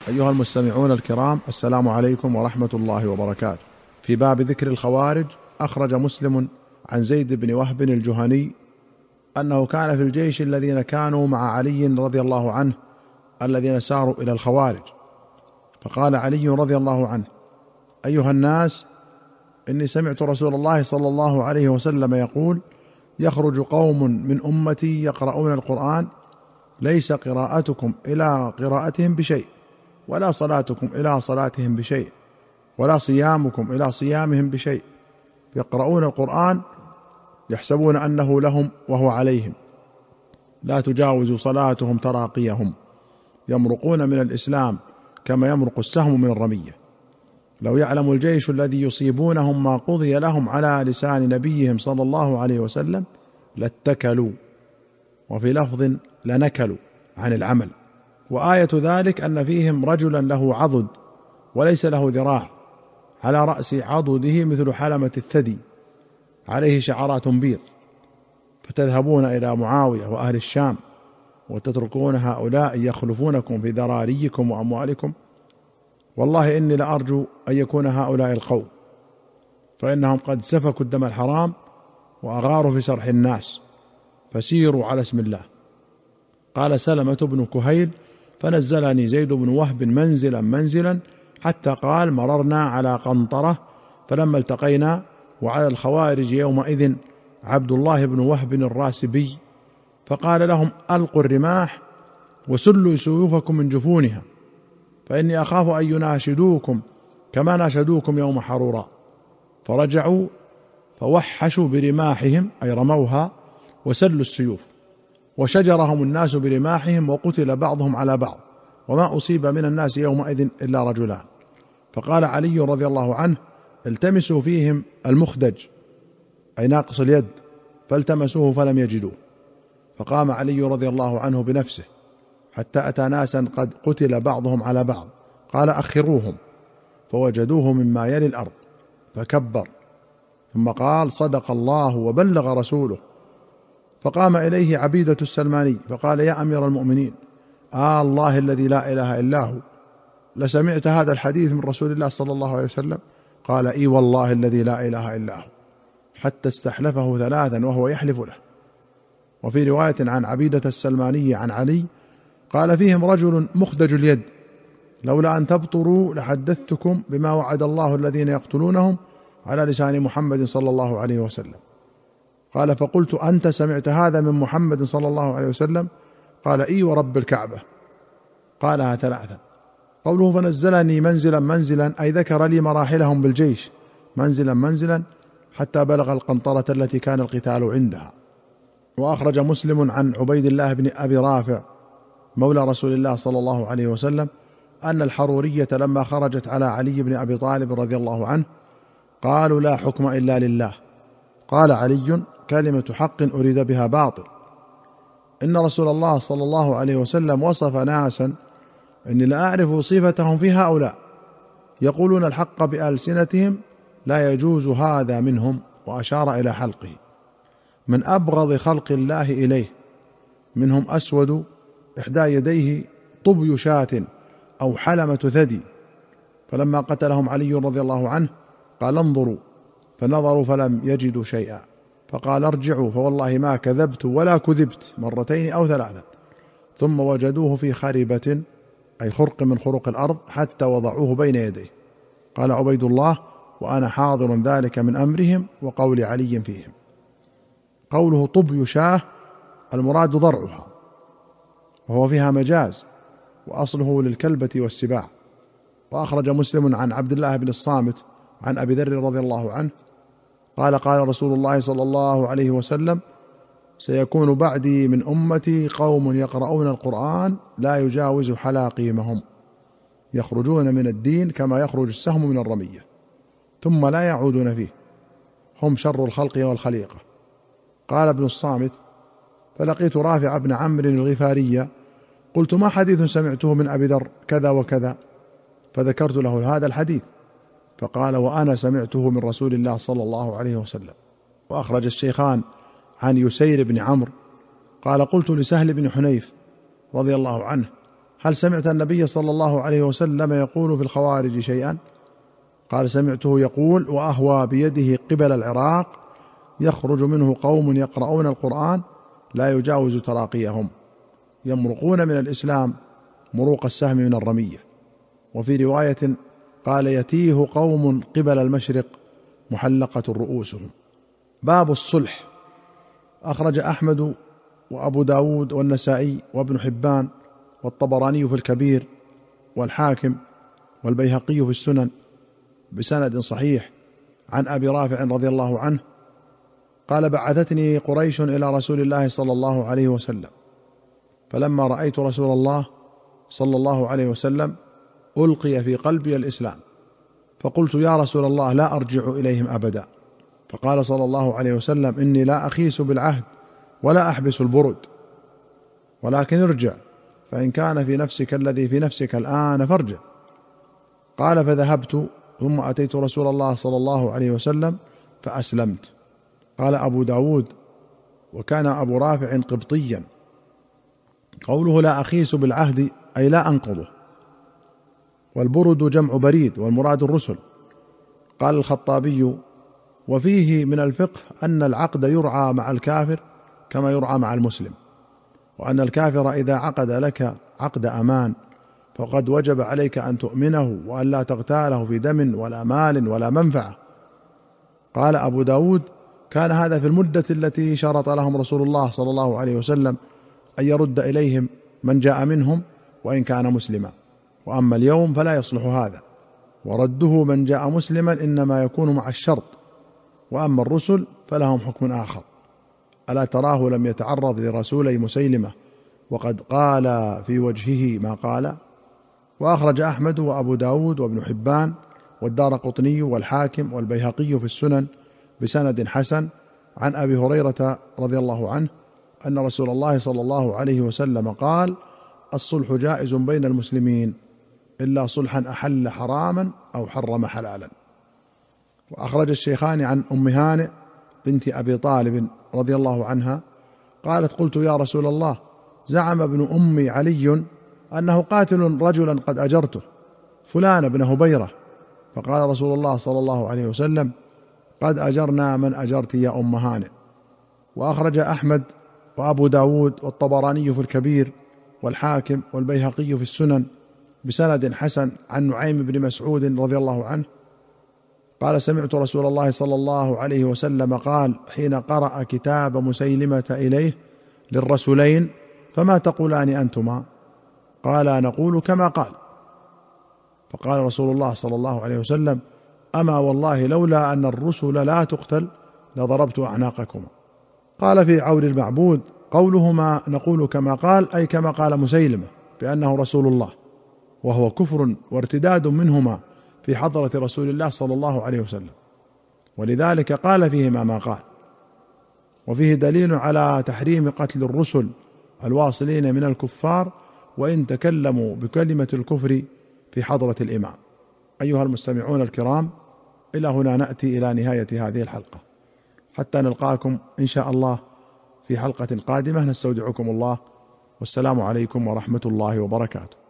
أيها المستمعون الكرام، السلام عليكم ورحمة الله وبركاته. في باب ذكر الخوارج، أخرج مسلم عن زيد بن وهب الجهني أنه كان في الجيش الذين كانوا مع علي رضي الله عنه الذين ساروا إلى الخوارج، فقال علي رضي الله عنه: أيها الناس، إني سمعت رسول الله صلى الله عليه وسلم يقول: يخرج قوم من أمتي يقرؤون القرآن، ليس قراءتكم إلى قراءتهم بشيء، ولا صلاتكم إلى صلاتهم بشيء، ولا صيامكم إلى صيامهم بشيء، يقرؤون القرآن يحسبون أنه لهم وهو عليهم، لا تجاوز صلاتهم تراقيهم، يمرقون من الإسلام كما يمرق السهم من الرمية. لو يعلم الجيش الذي يصيبونهم ما قضي لهم على لسان نبيهم صلى الله عليه وسلم لاتكلوا، وفي لفظ لنكلوا عن العمل. وآية ذلك أن فيهم رجلا له عضد وليس له ذراع، على رأس عضده مثل حلمة الثدي، عليه شعرات بيض، فتذهبون إلى معاوية وأهل الشام وتتركون هؤلاء يخلفونكم في ذراريكم وأموالكم. والله إني لأرجو أن يكون هؤلاء القوم، فإنهم قد سفكوا الدم الحرام وأغاروا في سرح الناس، فسيروا على اسم الله. قال سلمة بن كهيل: فنزلني زيد بن وهب منزلا حتى قال: مررنا على قنطرة، فلما التقينا وعلى الخوارج يومئذ عبد الله بن وهب الراسبي، فقال لهم: ألقوا الرماح وسلوا سيوفكم من جفونها، فإني أخاف أن يناشدوكم كما ناشدوكم يوم حرورا. فرجعوا فوحشوا برماحهم، أي رموها، وسلوا السيوف، وشجرهم الناس برماحهم، وقتل بعضهم على بعض، وما أصيب من الناس يومئذ إلا رجلان. فقال علي رضي الله عنه: التمسوا فيهم المخدج، أي ناقص اليد، فالتمسوه فلم يجدوه. فقام علي رضي الله عنه بنفسه حتى أتى ناسا قد قتل بعضهم على بعض، قال: أخروهم، فوجدوه مما يلي الأرض، فكبر، ثم قال: صدق الله وبلغ رسوله. فقام إليه عبيدة السلماني فقال: يا أمير المؤمنين، الله الذي لا إله إلا هو، لسمعت هذا الحديث من رسول الله صلى الله عليه وسلم؟ قال: إي والله الذي لا إله إلا هو، حتى استحلفه ثلاثا وهو يحلف له. وفي رواية عن عبيدة السلماني عن علي قال: فيهم رجل مخدج اليد، لولا أن تبطروا لحدثتكم بما وعد الله الذين يقتلونهم على لسان محمد صلى الله عليه وسلم. قال: فقلت: أنت سمعت هذا من محمد صلى الله عليه وسلم؟ قال: إي ورب الكعبة. قالها ثلاثا. قوله فنزلني منزلا أي ذكر لي مراحلهم بالجيش منزلا حتى بلغ القنطرة التي كان القتال عندها. وأخرج مسلم عن عبيد الله بن أبي رافع مولى رسول الله صلى الله عليه وسلم أن الحرورية لما خرجت على علي بن أبي طالب رضي الله عنه قالوا: لا حكم إلا لله. قال علي: كلمة حق أريد بها باطل. إن رسول الله صلى الله عليه وسلم وصف ناسا إني لا أعرف صفتهم في هؤلاء، يقولون الحق بألسنتهم، لا يجوز هذا منهم، وأشار إلى حلقه، من أبغض خلق الله إليه، منهم أسود إحدى يديه طبي شاة أو حلمة ثدي. فلما قتلهم علي رضي الله عنه قال: انظروا، فنظروا فلم يجدوا شيئا، فقال: ارجعوا فوالله ما كذبت ولا كذبت، مرتين أو ثلاثا. ثم وجدوه في خربة، أي خرق من خرق الأرض، حتى وضعوه بين يديه. قال عبيد الله: وأنا حاضر ذلك من أمرهم وقول علي فيهم. قوله طبي شاه المراد ضرعها، وهو فيها مجاز، وأصله للكلبة والسباع. وأخرج مسلم عن عبد الله بن الصامت عن أبي ذر رضي الله عنه قال: قال رسول الله صلى الله عليه وسلم: سيكون بعدي من أمتي قوم يقرؤون القرآن لا يجاوز حلاقيمهم، يخرجون من الدين كما يخرج السهم من الرمية، ثم لا يعودون فيه، هم شر الخلق والخليقة. قال ابن الصامت: فلقيت رافع بن عمرو الغفاري، قلت: ما حديث سمعته من أبي ذر كذا وكذا؟ فذكرت له هذا الحديث، فقال: وأنا سمعته من رسول الله صلى الله عليه وسلم. وأخرج الشيخان عن يسير بن عمرو قال: قلت لسهل بن حنيف رضي الله عنه: هل سمعت النبي صلى الله عليه وسلم يقول في الخوارج شيئا؟ قال: سمعته يقول: وأهوى بيده قبل العراق يخرج منه قوم يقرؤون القرآن لا يجاوز تراقيهم، يمرقون من الإسلام مروق السهم من الرمية. وفي رواية قال: يتيه قوم قبل المشرق محلقة رؤوسهم. باب الصلح. أخرج أحمد وأبو داود والنسائي وابن حبان والطبراني في الكبير والحاكم والبيهقي في السنن بسند صحيح عن أبي رافع رضي الله عنه قال: بعثتني قريش إلى رسول الله صلى الله عليه وسلم، فلما رأيت رسول الله صلى الله عليه وسلم ألقي في قلبي الإسلام، فقلت: يا رسول الله لا أرجع إليهم أبدا. فقال صلى الله عليه وسلم: إني لا أخيس بالعهد ولا أحبس البرد، ولكن ارجع، فإن كان في نفسك الذي في نفسك الآن فارجع. قال: فذهبت ثم أتيت رسول الله صلى الله عليه وسلم فأسلمت. قال أبو داود: وكان أبو رافع قبطيا. قوله لا أخيس بالعهد أي لا أنقضه، والبرد جمع بريد والمراد الرسل. قال الخطابي: وفيه من الفقه أن العقد يرعى مع الكافر كما يرعى مع المسلم، وأن الكافر إذا عقد لك عقد أمان فقد وجب عليك أن تؤمنه وأن لا تغتاله في دم ولا مال ولا منفعة. قال أبو داود: كان هذا في المدة التي شرط لهم رسول الله صلى الله عليه وسلم أن يرد إليهم من جاء منهم وإن كان مسلما، وأما اليوم فلا يصلح هذا، ورده من جاء مسلما إنما يكون مع الشرط، وأما الرسل فلهم حكم آخر. ألا تراه لم يتعرض لرسولي مسيلمة وقد قال في وجهه ما قال؟ وأخرج أحمد وأبو داود وابن حبان والدارقطني والحاكم والبيهقي في السنن بسند حسن عن أبي هريرة رضي الله عنه أن رسول الله صلى الله عليه وسلم قال: الصلح جائز بين المسلمين إلا صلحا أحل حراما أو حرم حلالا. وأخرج الشيخان عن أم هانئ بنت أبي طالب رضي الله عنها قالت: قلت يا رسول الله، زعم ابن أمي علي أنه قاتل رجلا قد أجرته فلان بن هبيرة، فقال رسول الله صلى الله عليه وسلم: قد أجرنا من أجرت يا أم هانئ. وأخرج أحمد وأبو داود والطبراني في الكبير والحاكم والبيهقي في السنن بسند حسن عن نعيم بن مسعود رضي الله عنه قال: سمعت رسول الله صلى الله عليه وسلم قال حين قرأ كتاب مسيلمة إليه للرسولين: فما تقولان أنتما؟ قال: نقول كما قال. فقال رسول الله صلى الله عليه وسلم: أما والله لولا أن الرسل لا تقتل لضربت أعناقكما. قال في عون المعبود: قولهما نقول كما قال أي كما قال مسيلمة بأنه رسول الله، وهو كفر وارتداد منهما في حضرة رسول الله صلى الله عليه وسلم، ولذلك قال فيهما ما قال. وفيه دليل على تحريم قتل الرسل الواصلين من الكفار وإن تكلموا بكلمة الكفر في حضرة الإمام. أيها المستمعون الكرام، إلى هنا نأتي إلى نهاية هذه الحلقة، حتى نلقاكم إن شاء الله في حلقة قادمة. نستودعكم الله، والسلام عليكم ورحمة الله وبركاته.